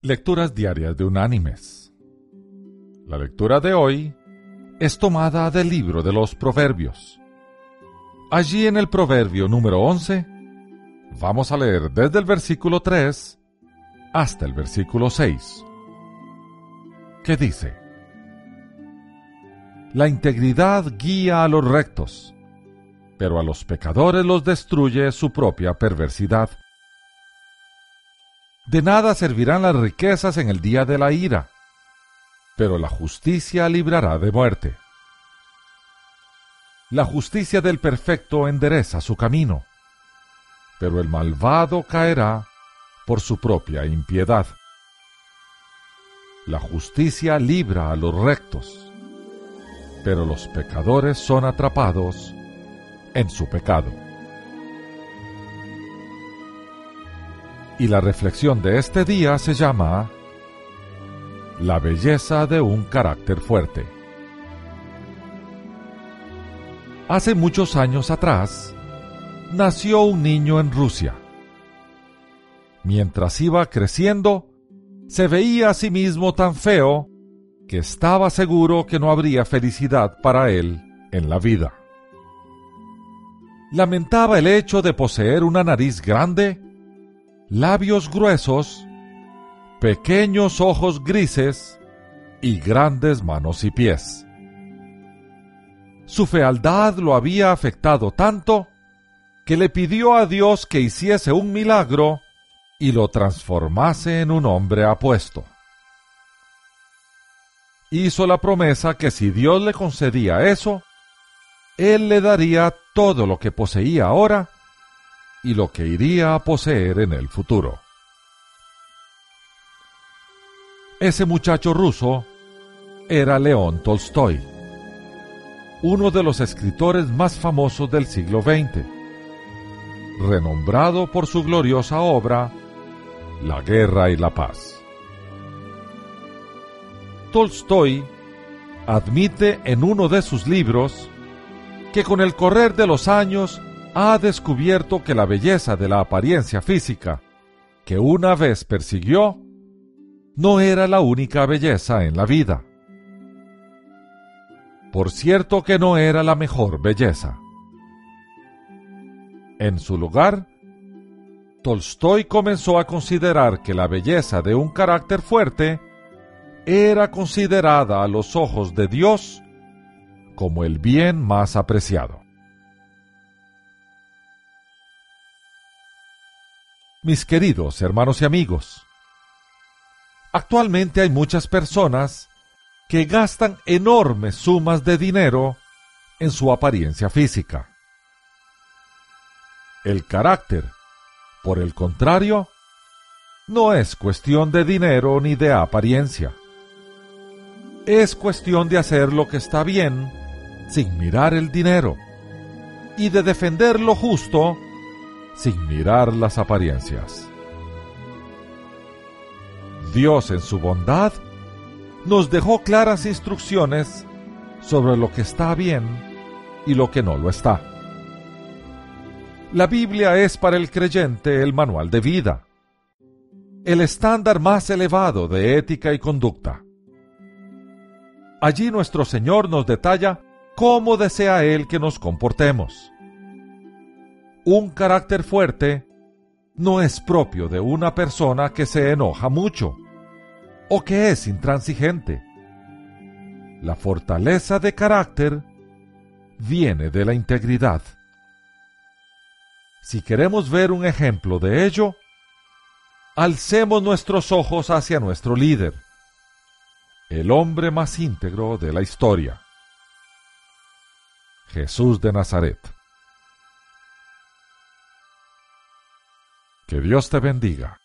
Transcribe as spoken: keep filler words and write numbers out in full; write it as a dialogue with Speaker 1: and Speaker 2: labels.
Speaker 1: Lecturas diarias de Unánimes. La lectura de hoy es tomada del libro de los Proverbios. Allí en el Proverbio número once, vamos a leer desde el versículo tres hasta el versículo seis, que dice: La integridad guía a los rectos, pero a los pecadores los destruye su propia perversidad. De nada servirán las riquezas en el día de la ira, pero la justicia librará de muerte. La justicia del perfecto endereza su camino, pero el malvado caerá por su propia impiedad. La justicia libra a los rectos, pero los pecadores son atrapados en su pecado. Y la reflexión de este día se llama La belleza de un carácter fuerte. Hace muchos años atrás, nació un niño en Rusia. Mientras iba creciendo, se veía a sí mismo tan feo que estaba seguro que no habría felicidad para él en la vida. Lamentaba el hecho de poseer una nariz grande, labios gruesos, pequeños ojos grises y grandes manos y pies. Su fealdad lo había afectado tanto que le pidió a Dios que hiciese un milagro y lo transformase en un hombre apuesto. Hizo la promesa que si Dios le concedía eso, Él le daría todo lo que poseía ahora y lo que iría a poseer en el futuro. Ese muchacho ruso era León Tolstoy, uno de los escritores más famosos del siglo veinte, renombrado por su gloriosa obra La guerra y la paz. Tolstoy admite en uno de sus libros que con el correr de los años ha descubierto que la belleza de la apariencia física que una vez persiguió no era la única belleza en la vida. Por cierto que no era la mejor belleza. En su lugar, Tolstoy comenzó a considerar que la belleza de un carácter fuerte era considerada a los ojos de Dios como el bien más apreciado. Mis queridos hermanos y amigos, actualmente hay muchas personas que gastan enormes sumas de dinero en su apariencia física. El carácter, por el contrario, no es cuestión de dinero ni de apariencia. Es cuestión de hacer lo que está bien sin mirar el dinero y de defender lo justo sin mirar las apariencias. Dios en su bondad nos dejó claras instrucciones sobre lo que está bien y lo que no lo está. La Biblia es para el creyente el manual de vida, el estándar más elevado de ética y conducta. Allí nuestro Señor nos detalla cómo desea Él que nos comportemos. Un carácter fuerte no es propio de una persona que se enoja mucho o que es intransigente. La fortaleza de carácter viene de la integridad. Si queremos ver un ejemplo de ello, alcemos nuestros ojos hacia nuestro líder, el hombre más íntegro de la historia, Jesús de Nazaret. Que Dios te bendiga.